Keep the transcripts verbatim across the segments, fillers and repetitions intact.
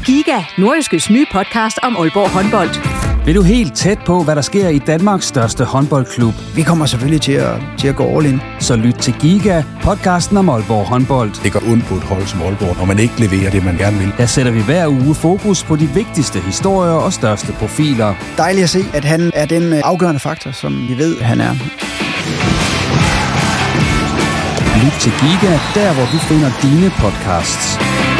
Giga, Nordjyskes nye podcast om Aalborg håndbold. Vil du helt tæt på, hvad der sker i Danmarks største håndboldklub? Vi kommer selvfølgelig til at, til at gå all in. Så lyt til Giga, podcasten om Aalborg håndbold. Det går ondt på et hold som Aalborg, når man ikke leverer det, man gerne vil. Der sætter vi hver uge fokus på de vigtigste historier og største profiler. Dejligt at se, at han er den afgørende faktor, som vi ved, han er. Lyt til Giga, der hvor du finder dine podcasts.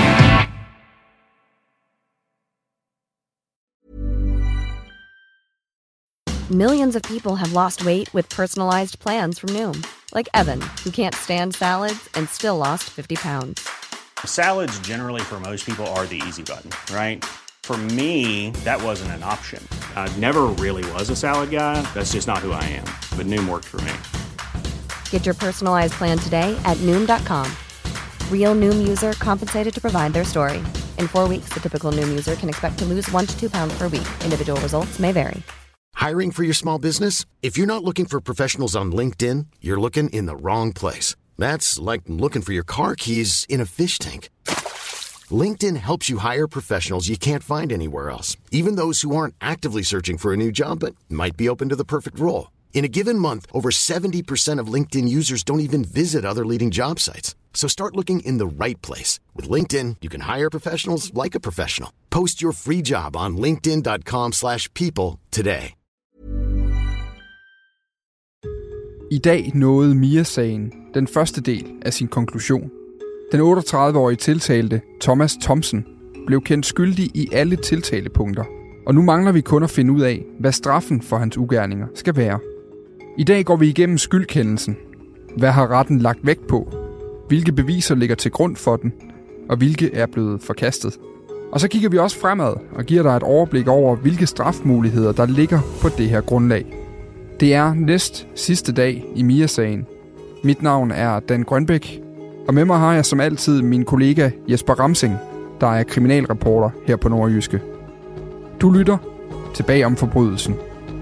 Millions of people have lost weight with personalized plans from Noom. Like Evan, who can't stand salads and still lost fifty pounds. Salads generally for most people are the easy button, right? For me, that wasn't an option. I never really was a salad guy. That's just not who I am. But Noom worked for me. Get your personalized plan today at Noom dot com. Real Noom user compensated to provide their story. In four weeks, the typical Noom user can expect to lose one to two pounds per week. Individual results may vary. Hiring for your small business? If you're not looking for professionals on LinkedIn, you're looking in the wrong place. That's like looking for your car keys in a fish tank. LinkedIn helps you hire professionals you can't find anywhere else, even those who aren't actively searching for a new job but might be open to the perfect role. In a given month, over seventy percent of LinkedIn users don't even visit other leading job sites. So start looking in the right place. With LinkedIn, you can hire professionals like a professional. Post your free job on linkedin dot com slash people today. I dag nåede Mia-sagen den første del af sin konklusion. Den otteogtredive-årige tiltalte Thomas Thomsen blev kendt skyldig i alle tiltalepunkter, og nu mangler vi kun at finde ud af, hvad straffen for hans ugerninger skal være. I dag går vi igennem skyldkendelsen. Hvad har retten lagt vægt på? Hvilke beviser ligger til grund for den? Og hvilke er blevet forkastet? Og så kigger vi også fremad og giver dig et overblik over, hvilke strafmuligheder der ligger på det her grundlag. Det er næst sidste dag i Mia-sagen. Mit navn er Dan Grønbæk, og med mig har jeg som altid min kollega Jesper Ramsing, der er kriminalreporter her på Nordjyske. Du lytter tilbage om forbrydelsen.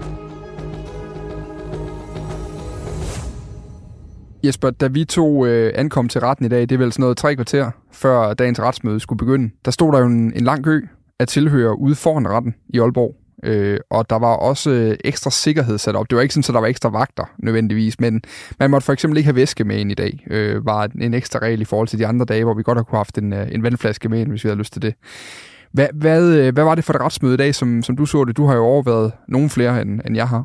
Jesper, da vi to øh, ankom til retten i dag, det er vel sådan noget tre kvarter, før dagens retsmøde skulle begynde, der stod der jo en, en lang kø af tilhørere ude foran retten i Aalborg. Øh, og der var også øh, ekstra sikkerhed sat op. Det var ikke sådan, at der var ekstra vagter nødvendigvis, men man måtte for eksempel ikke have væske med ind i dag. Øh, var en ekstra regel i forhold til de andre dage, hvor vi godt har kunne have haft en, en vandflaske med ind, hvis vi havde lyst til det. Hvad, hvad, hvad var det for et retsmøde i dag, som, som du så det? Du har jo overvejet nogen flere, end, end jeg har.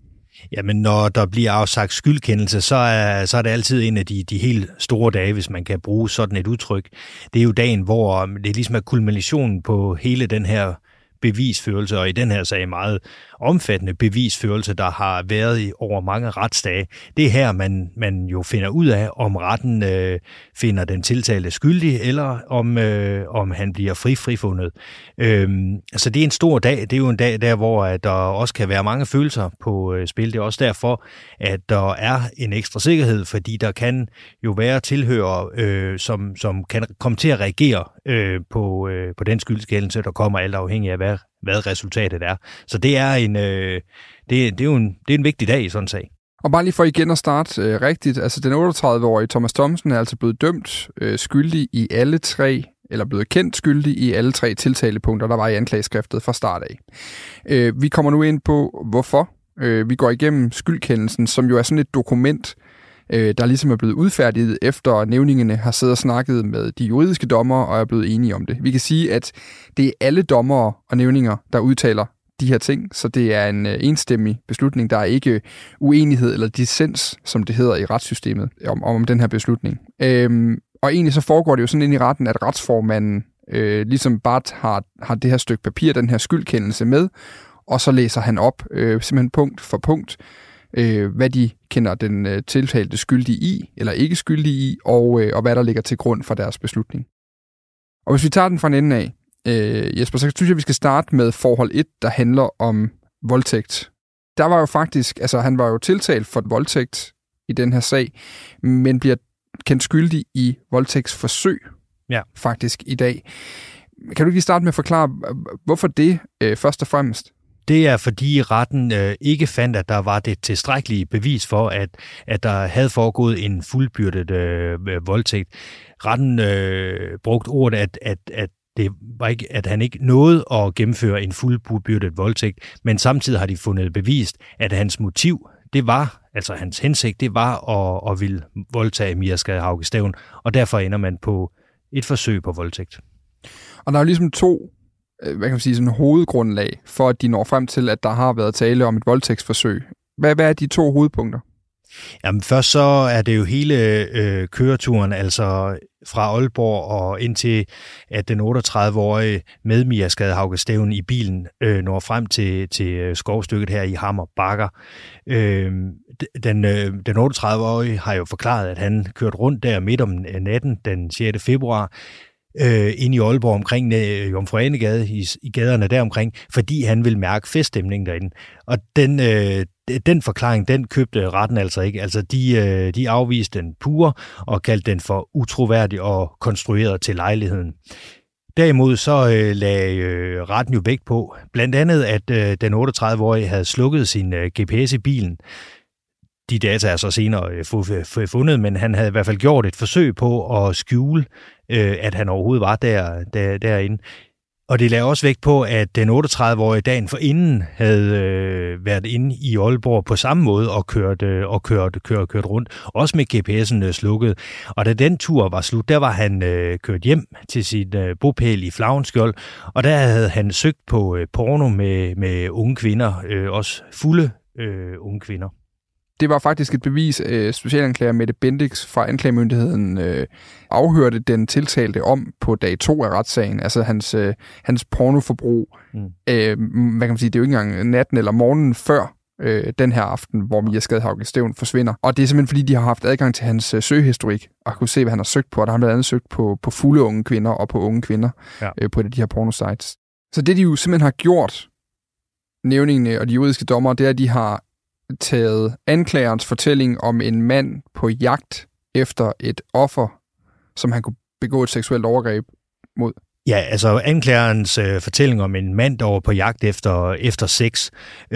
Jamen, når der bliver afsagt skyldkendelse, så er, så er det altid en af de, de helt store dage, hvis man kan bruge sådan et udtryk. Det er jo dagen, hvor det ligesom er kulminationen på hele den her bevisførelse, og i den her sag meget omfattende bevisførelse, der har været i over mange retsdage. Det er her, man, man jo finder ud af, om retten øh, finder den tiltalte skyldig, eller om, øh, om han bliver fri frifundet. Øhm, altså det er en stor dag. Det er jo en dag, der hvor at der også kan være mange følelser på øh, spil. Det er også derfor, at der er en ekstra sikkerhed, fordi der kan jo være tilhørere, øh, som, som kan komme til at reagere øh, på, øh, på den skyldskendelse, der kommer alt afhængig af, hvad, hvad resultatet er. Så det er en, øh, det, det er jo en, det er en vigtig dag i sådan en sag. Og bare lige for igen at starte øh, rigtigt, altså den otteogtredive-årige Thomas Thomsen er altså blevet dømt øh, skyldig i alle tre, eller blevet kendt skyldig i alle tre tiltalepunkter, der var i anklageskriftet fra start af. Øh, vi kommer nu ind på, hvorfor. Øh, vi går igennem skyldkendelsen, som jo er sådan et dokument, øh, der ligesom er blevet udfærdiget, efter nævningerne har siddet og snakket med de juridiske dommere og er blevet enige om det. Vi kan sige, at det er alle dommere og nævninger, der udtaler de her ting, så det er en enstemmig beslutning. Der er ikke uenighed eller dissens, som det hedder i retssystemet, om, om den her beslutning. Øhm, og egentlig så foregår det jo sådan ind i retten, at retsformanden øh, ligesom bare har, har det her stykke papir, den her skyldkendelse med, og så læser han op øh, simpelthen punkt for punkt, øh, hvad de kender den øh, tiltalte skyldige i, eller ikke skyldige i, og, øh, og hvad der ligger til grund for deres beslutning. Og hvis vi tager den fra en ende af, Øh, Jesper, så synes jeg, vi skal starte med forhold et, der handler om voldtægt. Der var jo faktisk, altså han var jo tiltalt for et voldtægt i den her sag, men bliver kendt skyldig i voldtægtsforsøg ja. faktisk i dag. Kan du ikke lige starte med at forklare, hvorfor det øh, først og fremmest? Det er, fordi retten øh, ikke fandt, at der var det tilstrækkelige bevis for, at, at der havde foregået en fuldbyrdet øh, voldtægt. Retten øh, brugte ordet, at, at, at det var ikke, at han ikke nåede at gennemføre en fuldbyrdet voldtægt, men samtidig har de fundet bevist, at hans motiv, det var, altså hans hensigt, det var at, at ville voldtage Mia Skade Hauge Stevn, og derfor ender man på et forsøg på voldtægt. Og der er jo ligesom to, hvad kan man sige, sådan hovedgrundlag for, at de når frem til, at der har været tale om et voldtægtsforsøg. Hvad, hvad er de to hovedpunkter? Jamen først så er det jo hele øh, køreturen, altså fra Aalborg og indtil at den otteogtredive-årige med Mia Skade Hauge Stevn i bilen øh, når frem til, til skovstykket her i Hammer Bakker. Øh, den, øh, den otteogtredive-årige har jo forklaret, at han kørte rundt der midt om natten den sjette februar, Øh, ind i Aalborg omkring øh, Jomfru Anegade i, i gaderne deromkring, fordi han ville mærke feststemningen derinde. Og den, øh, den forklaring, den købte retten altså ikke. Altså de, øh, de afviste den pure og kaldte den for utroværdig og konstrueret til lejligheden. Derimod så øh, lagde øh, retten jo vægt på, blandt andet at øh, den otteogtredive-årige havde slukket sin øh, G P S i bilen. De data er så senere fundet, men han havde i hvert fald gjort et forsøg på at skjule, at han overhovedet var der, der, derinde. Og det lagde også vægt på, at den otteogtredive-årige dagen forinden havde øh, været inde i Aalborg på samme måde og kørt, øh, og kørt, kørt, kørt rundt, også med G P S'en øh, slukket. Og da den tur var slut, der var han øh, kørt hjem til sit øh, bopæl i Flavnskjold, og der havde han søgt på øh, porno med, med unge kvinder, øh, også fulde øh, unge kvinder. Det var faktisk et bevis, øh, specialanklager Mette Bendix fra anklagemyndigheden øh, afhørte den tiltalte om på dag to af retssagen. Altså hans, øh, hans pornoforbrug. Mm. Øh, hvad kan man sige, det er jo ikke engang natten eller morgenen før øh, den her aften, hvor Mia Skade Hauge Stevn forsvinder. Og det er simpelthen fordi, de har haft adgang til hans øh, søgehistorik og kunne se, hvad han har søgt på. Og der har han blandt andet søgt på, på fulde unge kvinder og på unge kvinder ja. øh, på de her pornosites. Så det, de jo simpelthen har gjort, nævningene og de juridiske dommere, det er, at de har taget anklagerens fortælling om en mand på jagt efter et offer, som han kunne begå et seksuelt overgreb mod. Ja, altså anklagerens øh, fortælling om en mand, der var på jagt efter, efter sex,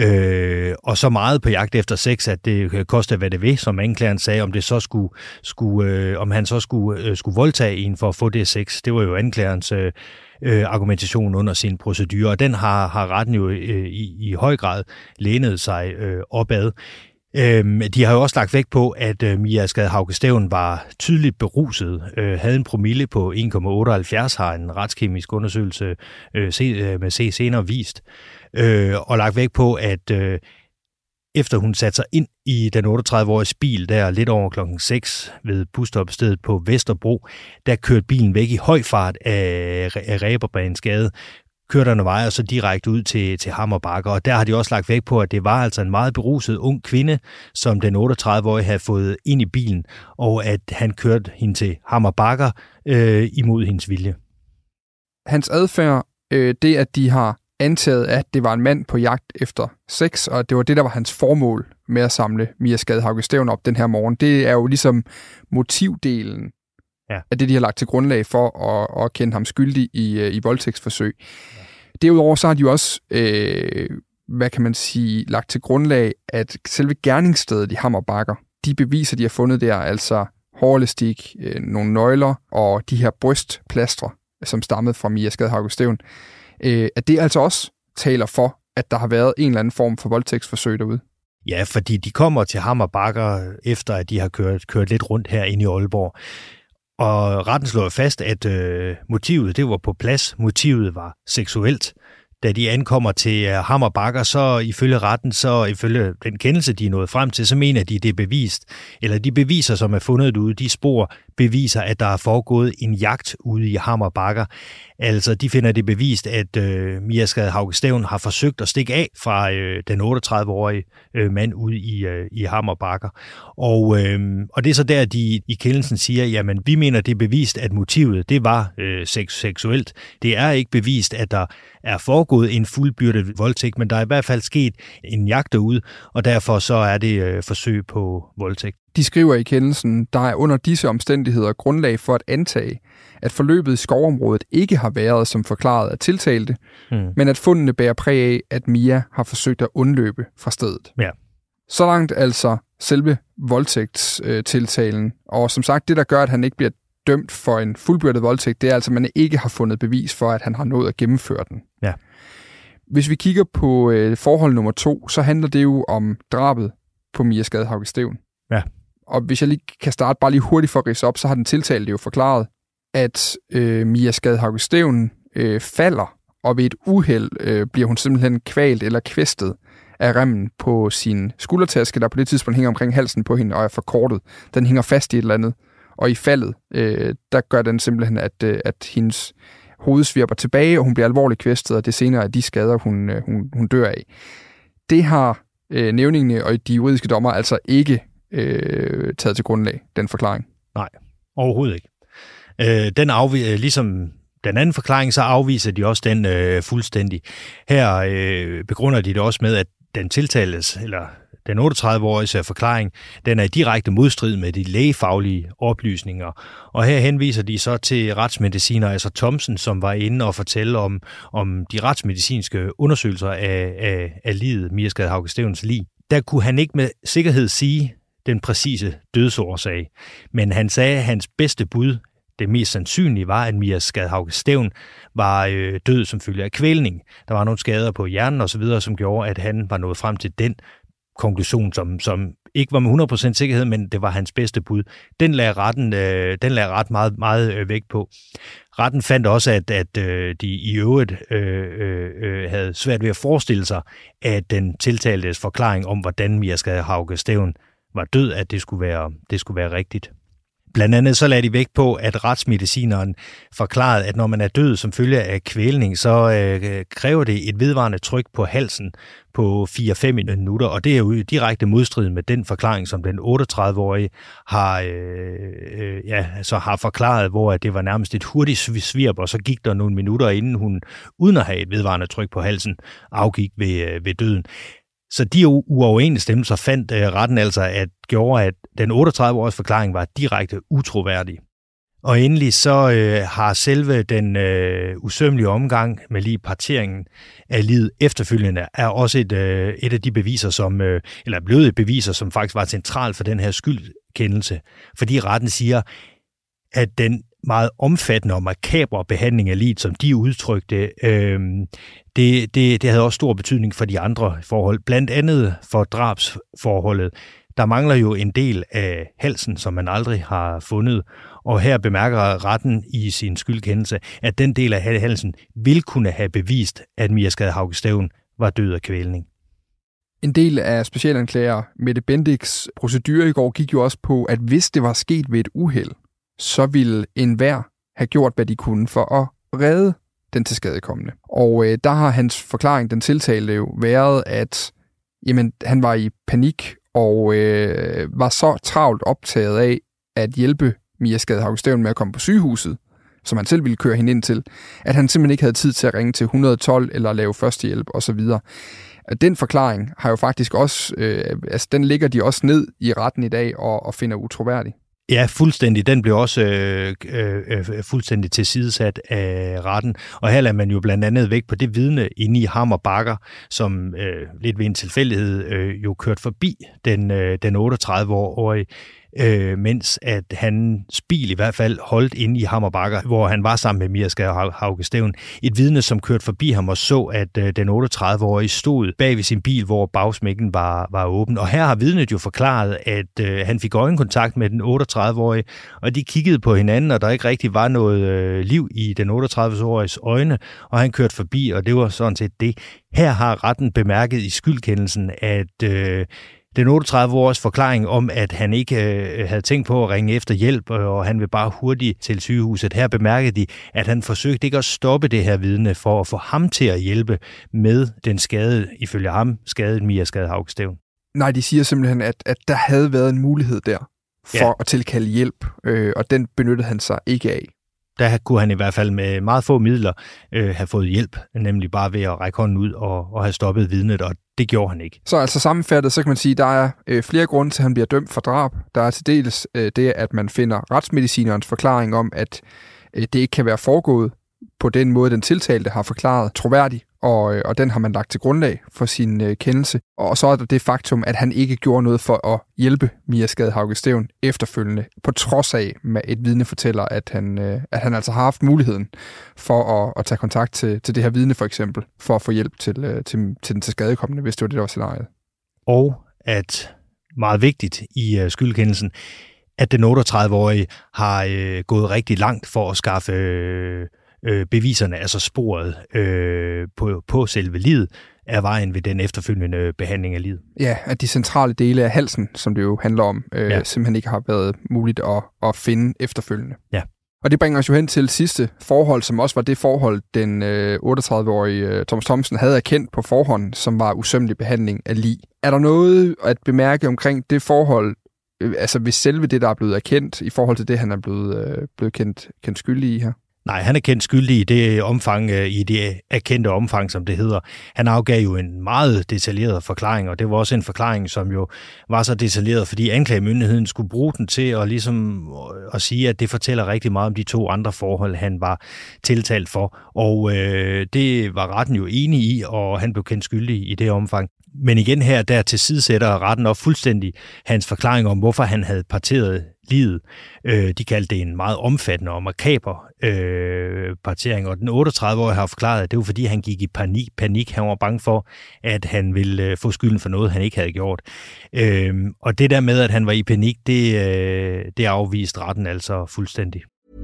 øh, og så meget på jagt efter sex, at det kostede, hvad det vil, som anklageren sagde, om det så skulle, skulle øh, om han så skulle, øh, skulle voldtage en for at få det sex. Det var jo anklagerens øh, øh, argumentation under sin procedure, og den har, har retten jo øh, i, i høj grad lænet sig øh, opad. Øhm, de har jo også lagt vægt på, at øh, Mia Skade Hauge Stevn var tydeligt beruset, øh, havde en promille på en komma otteoghalvfjerds, har en retskemisk undersøgelse øh, se, øh, med C senere vist, øh, og lagt vægt på, at øh, efter hun satte sig ind i den otteogtredive-årige bil, der lidt over klokken seks ved busstopstedet på Vesterbro, der kørte bilen væk i høj fart af, af Reberbanesgade, kørte der vej og så direkte ud til, til Hammer Bakker. Og der har de også lagt vægt på, at det var altså en meget beruset ung kvinde, som den otteogtredive-årige havde fået ind i bilen, og at han kørte hende til Hammer Bakker øh, imod hendes vilje. Hans adfærd, øh, det at de har antaget, at det var en mand på jagt efter sex, og det var det, der var hans formål med at samle Mia Skade Hauge Stevn op den her morgen. Det er jo ligesom motivdelen ja. af det, de har lagt til grundlag for at, at kende ham skyldig i, i voldtægtsforsøg. Ja. Derudover så har de jo også, øh, hvad kan man sige, lagt til grundlag, at selve gerningsstedet i Hammer Bakker, de beviser, de har fundet der, altså hårlastik, øh, nogle nøgler og de her brystplastre, som stammede fra Mia Skade Hauge Stevn, øh, at det altså også taler for, at der har været en eller anden form for voldtægtsforsøg derude. Ja, fordi de kommer til Hammer Bakker, efter at de har kørt, kørt lidt rundt her inde i Aalborg. Og retten slår fast, at øh, motivet det var på plads. Motivet var seksuelt. Da de ankommer til øh, Hammer Bakker, så ifølge retten, så ifølge den kendelse, de er nået frem til, så mener de, det er bevist. Eller de beviser, som er fundet ude, de spor beviser, at der er foregået en jagt ude i Hammer Bakker. Altså, de finder det bevist, at øh, Mia Skade Hauge Stevn har forsøgt at stikke af fra øh, den otteogtredive-årige øh, mand ude i, øh, i Hammer Bakker. Og, øh, og det er så der, de i kendelsen siger, jamen, vi mener, det er bevist, at motivet, det var øh, sex- seksuelt. Det er ikke bevist, at der er foregået en fuldbyrdet voldtægt, men der er i hvert fald sket en jagt derude, og derfor så er det øh, forsøg på voldtægt. De skriver i kendelsen, der er under disse omstændigheder grundlag for at antage, at forløbet i skovområdet ikke har været som forklaret af tiltalte, hmm. men at fundene bærer præg af, at Mia har forsøgt at undløbe fra stedet. Ja. Så langt altså selve voldtægtstiltalen. Og som sagt, det der gør, at han ikke bliver dømt for en fuldbyrdet voldtægt, det er altså, at man ikke har fundet bevis for, at han har nået at gennemføre den. Ja. Hvis vi kigger på øh, forhold nummer to, så handler det jo om drabet på Mia Skade Hauge Stevn. Ja. Og hvis jeg lige kan starte bare lige hurtigt for at ridse op, så har den tiltalte jo forklaret, at øh, Mia Skade Hauge Stevn øh, falder, og ved et uheld øh, bliver hun simpelthen kvalt eller kvæstet af remmen på sin skuldertaske, der på det tidspunkt hænger omkring halsen på hende og er forkortet. Den hænger fast i et eller andet, og i faldet, øh, der gør den simpelthen, at, øh, at hendes hoved svirper tilbage, og hun bliver alvorligt kvæstet, og det senere er de skader, hun, øh, hun, hun dør af. Det har øh, nævningene og de juridiske dommer altså ikke øh, taget til grundlag, den forklaring. Nej, overhovedet ikke. Øh, den afviser, ligesom den anden forklaring, så afviser de også den øh, fuldstændig. Her øh, begrunder de det også med, at den tiltales, eller den otteogtredive-årige forklaring, den er i direkte modstrid med de lægefaglige oplysninger. Og her henviser de så til retsmediciner, altså Thomsen, som var inde og fortælle om, om de retsmedicinske undersøgelser af, af, af livet, Mia Skade Hauge Stevns lig. Der kunne han ikke med sikkerhed sige den præcise dødsårsag, men han sagde, at hans bedste bud, det mest sandsynlige, var, at Mia Skade Hauge Stevn var øh, død som følge af kvælning. Der var nogle skader på hjernen og så videre, som gjorde, at han var nået frem til den konklusion, som, som ikke var med hundrede procent sikkerhed, men det var hans bedste bud. Den lagde retten, øh, den lagde ret meget, meget øh, vægt på. Retten fandt også, at, at øh, de i øvrigt øh, øh, havde svært ved at forestille sig, at den tiltaltes forklaring om, hvordan Mia Skade Hauge Stevn var død, at det skulle være, det skulle være rigtigt. Blandt andet så lagde de vægt på, at retsmedicineren forklarede, at når man er død som følge af kvælning, så øh, kræver det et vedvarende tryk på halsen på fire til fem minutter, og det er jo direkte modstrid med den forklaring, som den otteogtredive-årige har, øh, øh, ja, så har forklaret, hvor det var nærmest et hurtigt svirp, og så gik der nogle minutter, inden hun, uden at have et vedvarende tryk på halsen, afgik ved, øh, ved døden. Så de uoverensstemmelser fandt uh, retten altså, at gjorde, at den otteogtredive-årige forklaring var direkte utroværdig. Og endelig så uh, har selve den uh, usømmelige omgang med lige parteringen af livet efterfølgende er også et, uh, et af de beviser, som, uh, eller blevet et beviser, som faktisk var centralt for den her skyldkendelse. Fordi retten siger, at den meget omfattende og makabre behandling af livet, som de udtrykte, øh, det, det, det havde også stor betydning for de andre forhold. Blandt andet for drabsforholdet. Der mangler jo en del af halsen, som man aldrig har fundet. Og her bemærker retten i sin skyldkendelse, at den del af halsen vil kunne have bevist, at Mia Skade Hauge Stevn var død af kvælning. En del af specialanklager Mette Bendiks procedure i går gik jo også på, at hvis det var sket ved et uheld, så ville enhver have gjort, hvad de kunne for at redde den tilskadekommende. Og øh, der har hans forklaring, den tiltalte jo, været, at jamen, han var i panik og øh, var så travlt optaget af at hjælpe Mia Skade Hauge Stevn med at komme på sygehuset, som han selv ville køre hende ind til, at han simpelthen ikke havde tid til at ringe til et et to eller lave førstehjælp osv. Den forklaring har jo faktisk også, øh, altså den ligger de også ned i retten i dag og, og finder utroværdig. Ja, fuldstændig. Den blev også øh, øh, fuldstændig tilsidesat af retten. Og her lader man jo blandt andet væk på det vidne inde i Hammer Bakker, som øh, lidt ved en tilfældighed øh, jo kørte forbi den, øh, den otteogtredive-årige, øh, mens at hans bil i hvert fald holdt inde i Hammer Bakker, hvor han var sammen med Mia Skade Hauge Stevn. Et vidne, som kørte forbi ham og så, at øh, den otteogtredive-årige stod bag ved sin bil, hvor bagsmækken var, var åben. Og her har vidnet jo forklaret, at øh, han fik øjenkontakt med den otteogtredive-årige, og de kiggede på hinanden, og der ikke rigtig var noget øh, liv i den otteogtredive-åriges øjne, og han kørte forbi, og det var sådan set det. Her har retten bemærket i skyldkendelsen, at øh, den otteogtredive-åriges forklaring om, at han ikke øh, havde tænkt på at ringe efter hjælp, og han vil bare hurtigt til sygehuset. Her bemærkede de, at han forsøgte ikke at stoppe det her vidne for at få ham til at hjælpe med den skade, ifølge ham, skadet Mia Skade Hauge Stevn. Nej, de siger simpelthen, at, at der havde været en mulighed der for ja. at tilkalde hjælp, øh, og den benyttede han sig ikke af. Der kunne han i hvert fald med meget få midler øh, have fået hjælp, nemlig bare ved at række hånden ud og, og have stoppet vidnet, og det gjorde han ikke. Så altså sammenfattet, så kan man sige, at der er øh, flere grunde til, at han bliver dømt for drab. Der er til dels øh, det, at man finder retsmedicinerens forklaring om, at øh, det ikke kan være foregået på den måde, den tiltalte har forklaret troværdig, og, og den har man lagt til grundlag for sin øh, kendelse. Og så er der det faktum, at han ikke gjorde noget for at hjælpe Mia Skadehauge Stevn efterfølgende, på trods af, at et vidne fortæller, at han, øh, at han altså har haft muligheden for at, at tage kontakt til, til det her vidne for eksempel, for at få hjælp til, øh, til, til den tilskadekommende, hvis det var det, der var scenariet. Og at, meget vigtigt i øh, skyldkendelsen, at den otteogtredive-årige har øh, gået rigtig langt for at skaffe øh, øh, beviserne, altså sporet øh, på, på selve livet, er vejen ved den efterfølgende behandling af livet. Ja, at de centrale dele af halsen, som det jo handler om, øh, ja. simpelthen ikke har været muligt at, at finde efterfølgende. Ja. Og det bringer os jo hen til sidste forhold, som også var det forhold, den øh, otteogtredive-årige øh, Thomas Thomsen havde erkendt på forhånd, som var usømmelig behandling af lig. Er der noget at bemærke omkring det forhold, øh, altså ved selve det, der er blevet erkendt, i forhold til det, han er blevet, øh, blevet kendt, kendt skyldig i her? Nej, han er kendt skyldig i det omfang, i det erkendte omfang, som det hedder. Han afgav jo en meget detaljeret forklaring, og det var også en forklaring, som jo var så detaljeret, fordi anklagemyndigheden skulle bruge den til at, ligesom, at sige, at det fortæller rigtig meget om de to andre forhold, han var tiltalt for. Og øh, det var retten jo enig i, og han blev kendt skyldig i det omfang. Men igen her, der tilsidesætter retten op fuldstændig hans forklaring om, hvorfor han havde parteret livet. Øh, de kaldte det en meget omfattende og makaber øh, partering, og den otteogtredive-årige har forklaret, at det var fordi, han gik i panik. panik. Han var bange for, at han ville øh, få skylden for noget, han ikke havde gjort. Øh, og det der med, at han var i panik, det, øh, det afviste retten altså fuldstændig.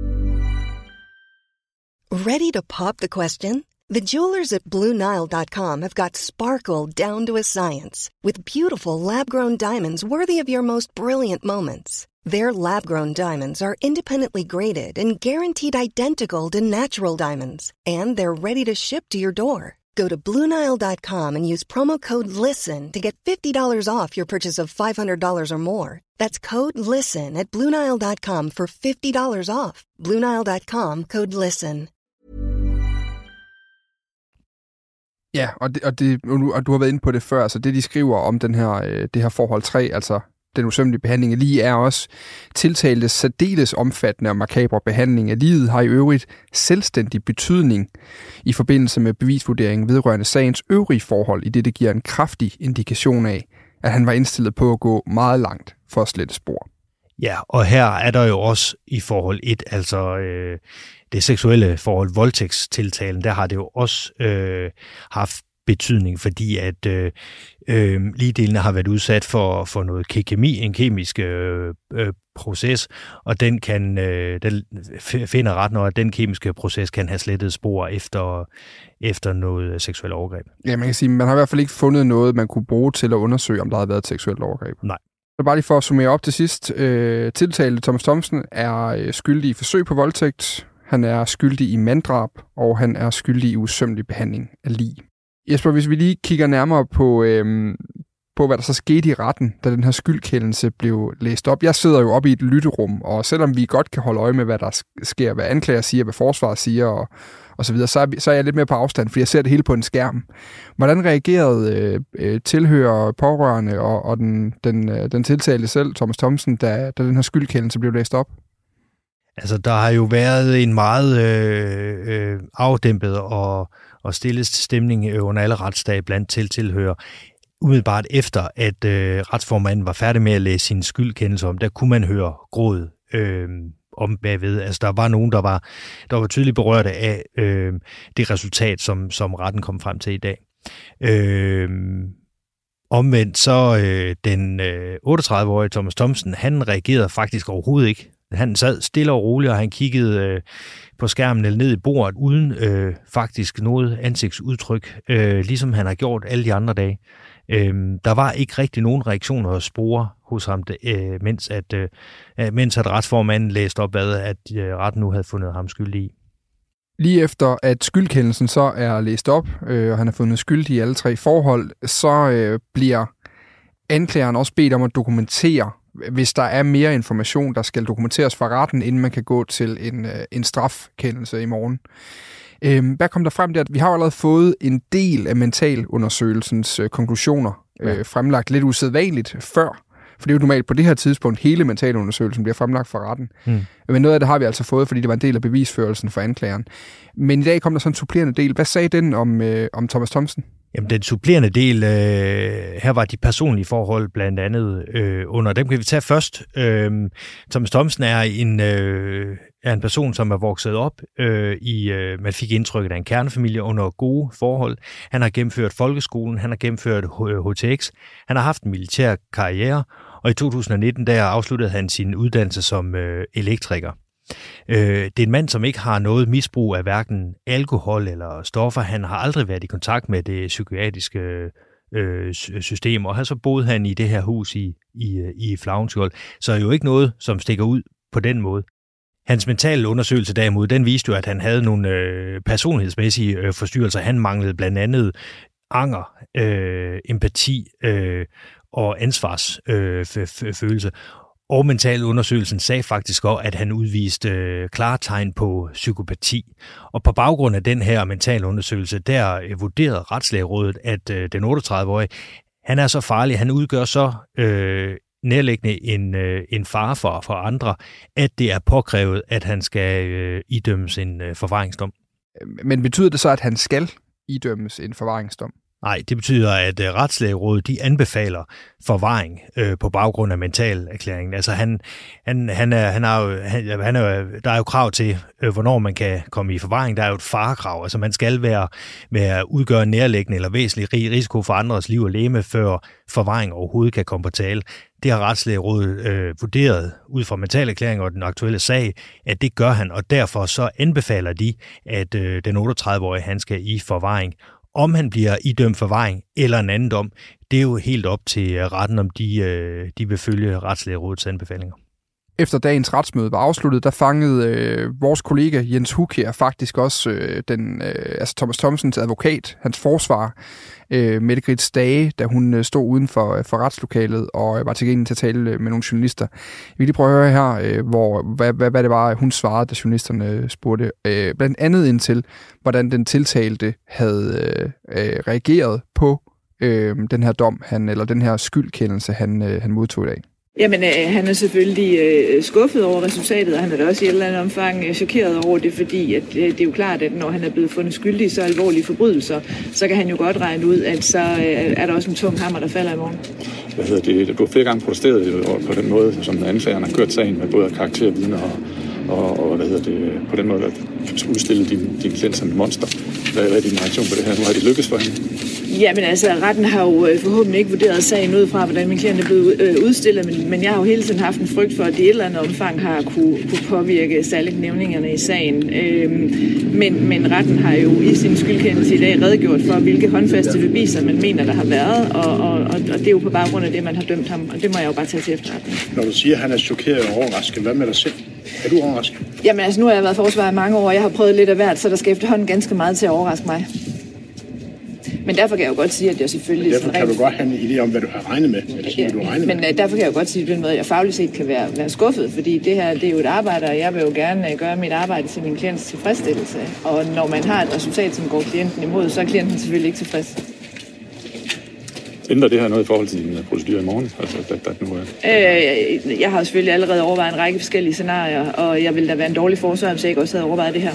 Ready to pop the question? The jewelers at Blue Nile dot com have got sparkle down to a science with beautiful lab-grown diamonds worthy of your most brilliant moments. Their lab-grown diamonds are independently graded and guaranteed identical to natural diamonds, and they're ready to ship to your door. Go to Blue Nile dot com and use promo code LISTEN to get fifty dollars off your purchase of five hundred dollars or more. That's code LISTEN at Blue Nile dot com for fifty dollars off. Blue Nile dot com, code LISTEN. Ja, og, det, og, det, og du har været inde på det før, altså det de skriver om den her, det her forhold tre, altså den usømmelige behandling af lige, er også tiltalte særdeles omfattende og makabre behandling af livet, har i øvrigt selvstændig betydning i forbindelse med bevisvurderingen vedrørende sagens øvrige forhold, i det det giver en kraftig indikation af, at han var indstillet på at gå meget langt for at slette spor. Ja, og her er der jo også i forhold et, altså øh, det seksuelle forhold, voldtægtstiltalen, der har det jo også øh, haft betydning, fordi at øh, øh, ligedelene har været udsat for, for noget kemi, en kemisk øh, øh, proces, og den kan øh, den finder ret, når den kemiske proces kan have slettet spor efter, efter noget seksuelt overgreb. Ja, man kan sige, man har i hvert fald ikke fundet noget, man kunne bruge til at undersøge, om der har været et seksuelt overgreb. Nej. Så bare lige for at summere op til sidst. Øh, tiltalte Thomas Thomsen er skyldig i forsøg på voldtægt, han er skyldig i manddrab, og han er skyldig i usømmelig behandling af lig. Jesper, hvis vi lige kigger nærmere på, øhm, på, hvad der så skete i retten, da den her skyldkendelse blev læst op. Jeg sidder jo oppe i et lytterum, og selvom vi godt kan holde øje med, hvad der sker, hvad anklager siger, hvad forsvaret siger, og, og så videre, så er, så er jeg lidt mere på afstand, fordi jeg ser det hele på en skærm. Hvordan reagerede øh, tilhører, pårørende og, og den, den, øh, den tiltalte selv, Thomas Thomsen, da, da den her skyldkendelse blev læst op? Altså, der har jo været en meget øh, øh, afdæmpet og, og stille stemning under alle retsdage blandt til tilhører. Umiddelbart efter, at øh, retsformanden var færdig med at læse sin skyldkendelse om, der kunne man høre gråd øh, om bagved. Altså, der var nogen, der var, der var tydeligt berørte af øh, det resultat, som, som retten kom frem til i dag. Øh, omvendt så øh, den øh, otteogtredive-årige Thomas Thomsen, han reagerede faktisk overhovedet ikke. Han sad stille og roligt, og han kiggede øh, på skærmen eller ned i bordet, uden øh, faktisk noget ansigtsudtryk, øh, ligesom han har gjort alle de andre dage. Øh, der var ikke rigtig nogen reaktioner og spore hos ham, øh, mens, at, øh, mens at retsformanden læste op, hvad at øh, retten nu havde fundet ham skyldig i. Lige efter at skyldkendelsen så er læst op, øh, og han har fundet skyldig i alle tre forhold, så øh, bliver anklageren også bedt om at dokumentere, hvis der er mere information, der skal dokumenteres fra retten, inden man kan gå til en, en strafkendelse i morgen. Øhm, hvad kom der frem der? Vi har jo allerede fået en del af mentalundersøgelsens øh, konklusioner øh, fremlagt lidt usædvanligt før For det er jo normalt på det her tidspunkt, hele mentalundersøgelsen bliver fremlagt for retten. Mm. Men noget af det har vi altså fået, fordi det var en del af bevisførelsen for anklageren. Men i dag kom der sådan en supplerende del. Hvad sagde den om, øh, om Thomas Thomsen? Jamen, den supplerende del, øh, her var de personlige forhold blandt andet øh, under. Dem kan vi tage først. Øh, Thomas Thomsen er en, øh, er en person, som er vokset op øh, i, øh, man fik indtrykket af en kernefamilie under gode forhold. Han har gennemført folkeskolen, han har gennemført H T X, han har haft en militær karriere, og i to tusind nitten der afsluttede han sin uddannelse som øh, elektriker. Det er en mand, som ikke har noget misbrug af hverken alkohol eller stoffer. Han har aldrig været i kontakt med det psykiatriske øh, system, og så boede han i det her hus i, i, i Flavnskjold. Så jo ikke noget, som stikker ud på den måde. Hans mentale undersøgelse derimod, den viste jo, at han havde nogle øh, personlighedsmæssige øh, forstyrrelser. Han manglede blandt andet anger, øh, empati øh, og ansvarsfølelse. Øh, Og mentalundersøgelsen sagde faktisk også, at han udviste øh, klare tegn på psykopati. Og på baggrund af den her mentalundersøgelse, der øh, vurderede Retslægerådet, at øh, den otteogtredive-årige, han er så farlig, han udgør så øh, nærliggende en, øh, en fare for, for andre, at det er påkrævet, at han skal øh, idømmes en øh, forvaringsdom. Men betyder det så, at han skal idømmes en forvaringsdom? Nej, det betyder, at uh, Retslægerådet, de anbefaler forvaring øh, på baggrund af mentalerklæringen. Altså han, han, han er, han er, jo, han, han er, der er jo krav til, øh, hvornår man kan komme i forvaring. Der er jo et farekrav. Altså man skal være med at udgøre nærliggende eller væsentlig risiko for andres liv og legeme, før forvaring overhovedet kan komme på tale. Det har Retslægerådet øh, vurderet ud fra mentalerklæringen og den aktuelle sag, at det gør han, og derfor så anbefaler de, at øh, den otteogtredive-årige han skal i forvaring. Om han bliver idømt forvaring eller en anden dom, det er jo helt op til retten, om de, de vil følge Retslægerådets anbefalinger. Efter dagens retsmøde var afsluttet, der fangede øh, vores kollega Jens Huk her faktisk også øh, den, øh, altså Thomas Thomsens advokat, hans forsvar, øh, Mette Grits Stage, da hun øh, stod uden for, for retslokalet og øh, var tilgængelig til at tale med nogle journalister. Vi vil lige prøve at høre her, øh, hvor, hvad, hvad, hvad det var, hun svarede, da journalisterne spurgte. Øh, blandt andet ind til, hvordan den tiltalte havde øh, reageret på øh, den her dom, han, eller den her skyldkendelse, han, øh, han modtog i dag. Jamen, øh, han er selvfølgelig øh, skuffet over resultatet, og han er da også i et eller andet omfang øh, chokeret over det, fordi at, øh, det er jo klart, at når han er blevet fundet skyldig i så alvorlige forbrydelser, så kan han jo godt regne ud, at så øh, er der også en tung hammer, der falder i morgen. Hvad hedder det? Der blev flere gange protesteret på den måde, som anklageren har kørt sagen med både karaktervidner og, og, og hvad hedder det, på den måde at udstille din, din klient som et monster. Hvad, hvad er din reaktion på det her? Nu har det lykkes for hende. Jamen altså, retten har jo forhåbentlig ikke vurderet sagen ud fra, hvordan min klient er blevet udstillet, men, men jeg har jo hele tiden haft en frygt for, at det i et eller andet omfang har kunne, kunne påvirke særligt nævningerne i sagen. Øhm, men, men retten har jo i sin skyldkendelse i dag redegjort for, hvilke håndfaste beviser man mener, der har været, og, og, og, og det er jo på baggrund af det, man har dømt ham, og det må jeg jo bare tage til efterretning. Når du siger, at han er chokeret og overrasket, hvad med dig selv? Er du overrasket? Jamen altså, nu har jeg været forsvarer i mange år, jeg har prøvet lidt af hvert, så der skal efterhånden ganske meget til at overraske mig. Men derfor kan jeg jo godt sige, at jeg selvfølgelig... Men derfor kan du godt have en idé om, hvad du har regnet med. Eller ja, du regnet men med. Derfor kan jeg jo godt sige, på den måde, at jeg fagligt set kan være, være skuffet, fordi det her det er jo et arbejde, og jeg vil jo gerne gøre mit arbejde til min klients tilfredsstillelse. Og når man har et resultat, som går klienten imod, så er klienten selvfølgelig ikke tilfreds. Ændrer det her noget i forhold til din procedure i morgen? Altså, der, der nu er... øh, jeg har selvfølgelig allerede overvejet en række forskellige scenarier, og jeg vil da være en dårlig forsvar, hvis jeg ikke også havde overvejet det her.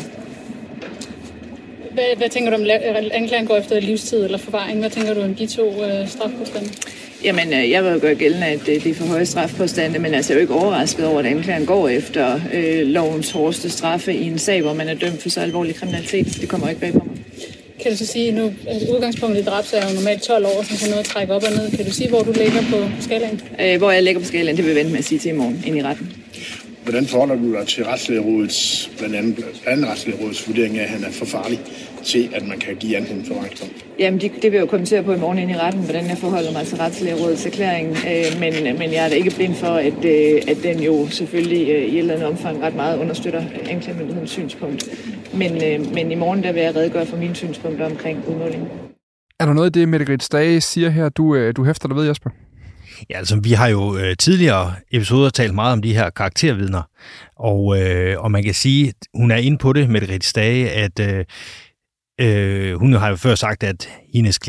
Hvad, hvad tænker du om anklagen går efter livstid eller forvaring? Hvad tænker du om de to øh, strafpåstande? Jamen, øh, jeg vil jo gøre gældende, at det er for høje strafpåstande, men altså, jeg er jo ikke overrasket over, at anklageren går efter øh, lovens hårdeste straffe i en sag, hvor man er dømt for så alvorlig kriminalitet. Det kommer ikke bag på mig. Kan du så sige, nu at udgangspunktet i drabsag er jo normalt tolv år, så kan noget at trække op og ned. Kan du sige, hvor du ligger på skalaen? Øh, hvor jeg ligger på skalaen, det vil jeg vente med at sige til i morgen ind i retten. Hvordan forholder du dig til Retslægerådets, blandt andet, blandt andet Retslægerådets vurdering af, at han er for farlig til, at man kan give andet en forvaringsdom? Jamen, det, det vil jeg jo kommentere på i morgen ind i retten, hvordan jeg forholder mig til Retslægerådets erklæring. Øh, men, men jeg er da ikke blind for, at, øh, at den jo selvfølgelig øh, i et eller andet omfang ret meget understøtter anklagemyndighedens synspunkt. Men, øh, men i morgen der vil jeg redegøre for mine synspunkter omkring udmålingen. Er der noget af det, Mette Grits Stage siger her, du, du hæfter dig ved, Jesper? Ja, altså vi har jo øh, tidligere episoder talt meget om de her karaktervidner, og, øh, og man kan sige, at hun er inde på det med Mette Grits Stage, at øh, øh, hun har jo før sagt, at hendes klient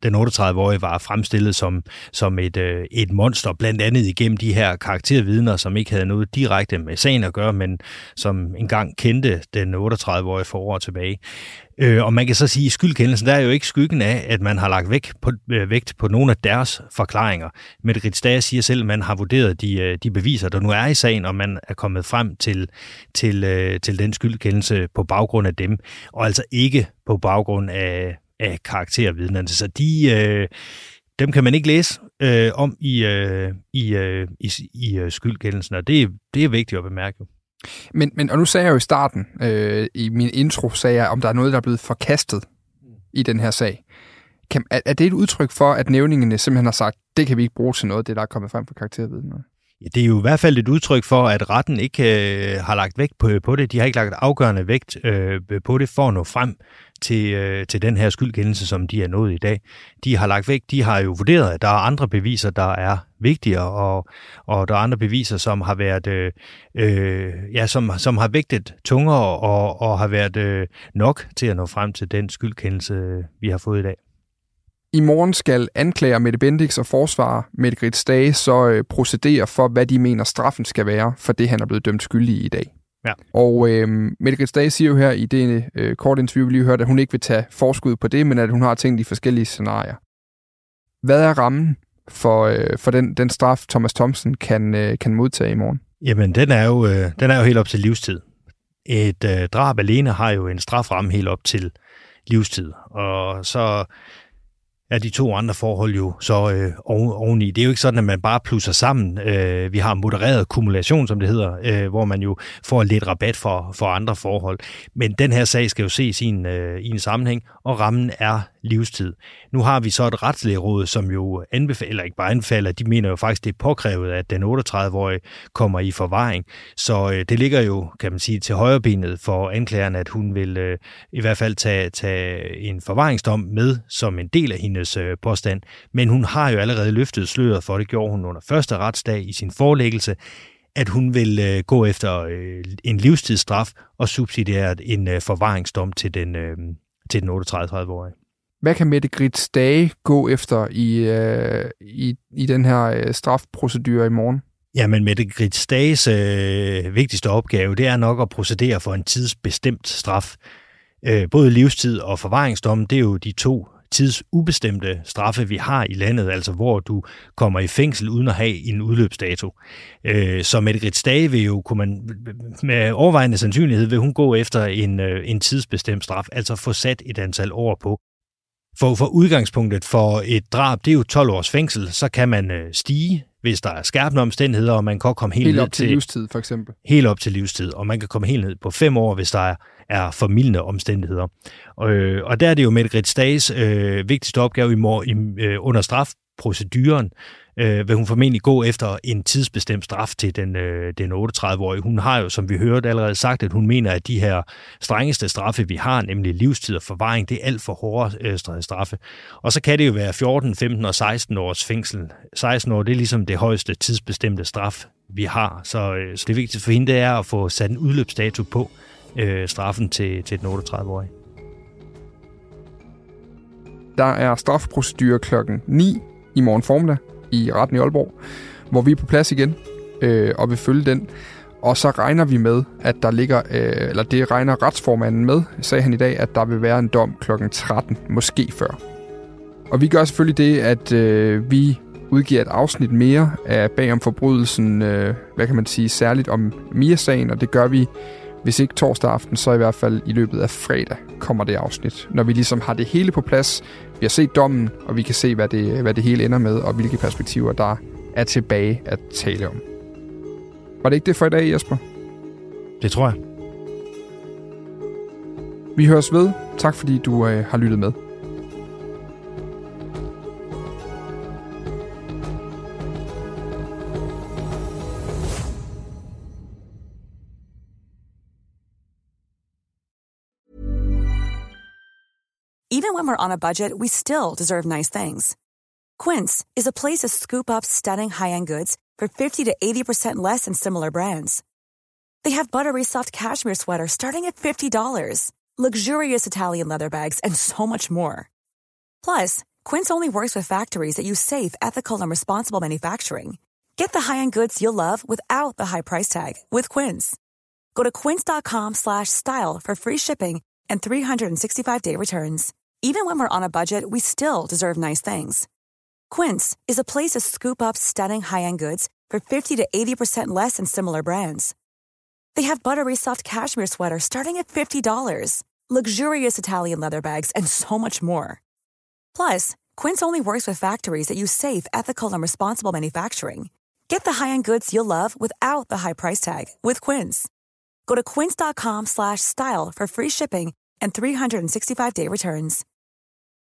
den otteogtredive-årige var fremstillet som, som et, øh, et monster, blandt andet igennem de her karaktervidner, som ikke havde noget direkte med sagen at gøre, men som engang kendte den otteogtredive-årige for år tilbage. Øh, og man kan så sige, at i skyldkendelsen, der er jo ikke skyggen af, at man har lagt vægt på, øh, vægt på nogle af deres forklaringer. Mette Grits Stage siger selv, at man har vurderet de, de beviser, der nu er i sagen, og man er kommet frem til, til, øh, til den skyldkendelse på baggrund af dem, og altså ikke på baggrund af, af karaktervidnerne. Så de, øh, dem kan man ikke læse øh, om i, øh, i, øh, i, i skyldkendelsen, og det, det er vigtigt at bemærke. Men, men, og nu sagde jeg jo i starten, øh, i min intro, sagde jeg, om der er noget, der er blevet forkastet i den her sag. Kan, er, er det et udtryk for, at nævningene simpelthen har sagt, det kan vi ikke bruge til noget, det der er kommet frem fra karaktervidner? Ja, det er jo i hvert fald et udtryk for, at retten ikke øh, har lagt vægt på, på det. De har ikke lagt afgørende vægt øh, på det for at nå frem til, øh, til den her skyldkendelse, som de er nået i dag. De har lagt vægt, de har jo vurderet, at der er andre beviser, der er vigtigere, og, og der er andre beviser, som har været øh, øh, ja, som, som har vægtet tungere og, og har været øh, nok til at nå frem til den skyldkendelse, vi har fået i dag. I morgen skal anklager Mette Bendix og forsvarer Mette Grits Stage så øh, procedere for, hvad de mener straffen skal være for det, han er blevet dømt skyldig i i dag. Ja. Og øh, Mette Grits Stage siger jo her i det øh, korte interview, vi lige hørte, at hun ikke vil tage forskud på det, men at hun har tænkt i forskellige scenarier. Hvad er rammen for, øh, for den, den straf, Thomas Thomsen kan, øh, kan modtage i morgen? Jamen, den er jo, øh, den er jo helt op til livstid. Et øh, drab alene har jo en straframme helt op til livstid, og så er de to andre forhold jo så øh, oveni. Det er jo ikke sådan, at man bare plusser sammen. Øh, vi har modereret kumulation, som det hedder, øh, hvor man jo får lidt rabat for, for andre forhold. Men den her sag skal jo ses i en, øh, i en sammenhæng, og rammen er livstid. Nu har vi så et retslægeråd, som jo anbefaler, eller ikke bare anbefaler, de mener jo faktisk, det er påkrævet, at den otteogtredive-årige kommer i forvaring. Så øh, det ligger jo, kan man sige, til højrebenet for anklageren, at hun vil øh, i hvert fald tage, tage en forvaringsdom med som en del af hendes øh, påstand. Men hun har jo allerede løftet sløret for, det gjorde hun under første retsdag i sin forelæggelse, at hun vil øh, gå efter øh, en livstidsstraf og subsidiere en øh, forvaringsdom til den, øh, til den otteogtredive-årige. Hvad kan Mette Grits Stage gå efter i, øh, i, i den her øh, strafprocedure i morgen? Jamen, Mette Grits Stages øh, vigtigste opgave, det er nok at procedere for en tidsbestemt straf. Øh, både livstid og forvaringsdom, det er jo de to tidsubestemte straffe, vi har i landet, altså hvor du kommer i fængsel uden at have en udløbsdato. Øh, så Mette Grits Stage vil jo, kunne man med overvejende sandsynlighed, vil hun gå efter en, øh, en tidsbestemt straf, altså få sat et antal år på. For, for udgangspunktet for et drab, det er jo tolv års fængsel, så kan man øh, stige, hvis der er skærpende omstændigheder, og man kan komme helt, helt ned op til, til livstid, for eksempel. Helt op til livstid, og man kan komme helt ned på fem år, hvis der er, er formildende omstændigheder. Og, øh, og der er det jo Mette Grits Stages øh, vigtigste opgave i, mor, i øh, under strafproceduren, øh, vil hun formentlig gå efter en tidsbestemt straf til den, øh, den otteogtredive-årige. Hun har jo, som vi hørte, allerede sagt, at hun mener, at de her strengeste straffe, vi har, nemlig livstid og forvaring, det er alt for hårde øh, straffe. Og så kan det jo være fjorten, femten og seksten års fængsel. seksten år, det er ligesom det højeste tidsbestemte straf, vi har. Så, øh, så det vigtigste for hende, det er at få sat en udløbsdato på øh, straffen til, til den otteogtredive-årige. Der er strafprocedure klokken ni i morgen formiddag i retten i Aalborg, hvor vi er på plads igen øh, og vil følge den. Og så regner vi med, at der ligger, øh, eller det regner retsformanden med, sagde han i dag, at der vil være en dom klokken tretten, måske før. Og vi gør selvfølgelig det, at øh, vi udgiver et afsnit mere af Bagom Forbrydelsen, øh, hvad kan man sige, særligt om Mia-sagen, og det gør vi, hvis ikke torsdag aften, så i hvert fald i løbet af fredag kommer det afsnit. Når vi ligesom har det hele på plads, vi har set dommen, og vi kan se, hvad det, hvad det hele ender med, og hvilke perspektiver, der er tilbage at tale om. Var det ikke det for i dag, Jesper? Det tror jeg. Vi høres ved. Tak fordi du øh, har lyttet med. Even when we're on a budget, we still deserve nice things. Quince is a place to scoop up stunning high-end goods for fifty to eighty percent less than similar brands. They have buttery soft cashmere sweaters starting at fifty dollars, luxurious Italian leather bags, and so much more. Plus, Quince only works with factories that use safe, ethical, and responsible manufacturing. Get the high-end goods you'll love without the high price tag with Quince. Go to quince.com slash style for free shipping and three sixty-five day returns. Even when we're on a budget, we still deserve nice things. Quince is a place to scoop up stunning high-end goods for fifty to eighty percent less than similar brands. They have buttery soft cashmere sweaters starting at fifty dollars, luxurious Italian leather bags, and so much more. Plus, Quince only works with factories that use safe, ethical, and responsible manufacturing. Get the high-end goods you'll love without the high price tag with Quince. Go to quince.com slash style for free shipping and three sixty-five day returns.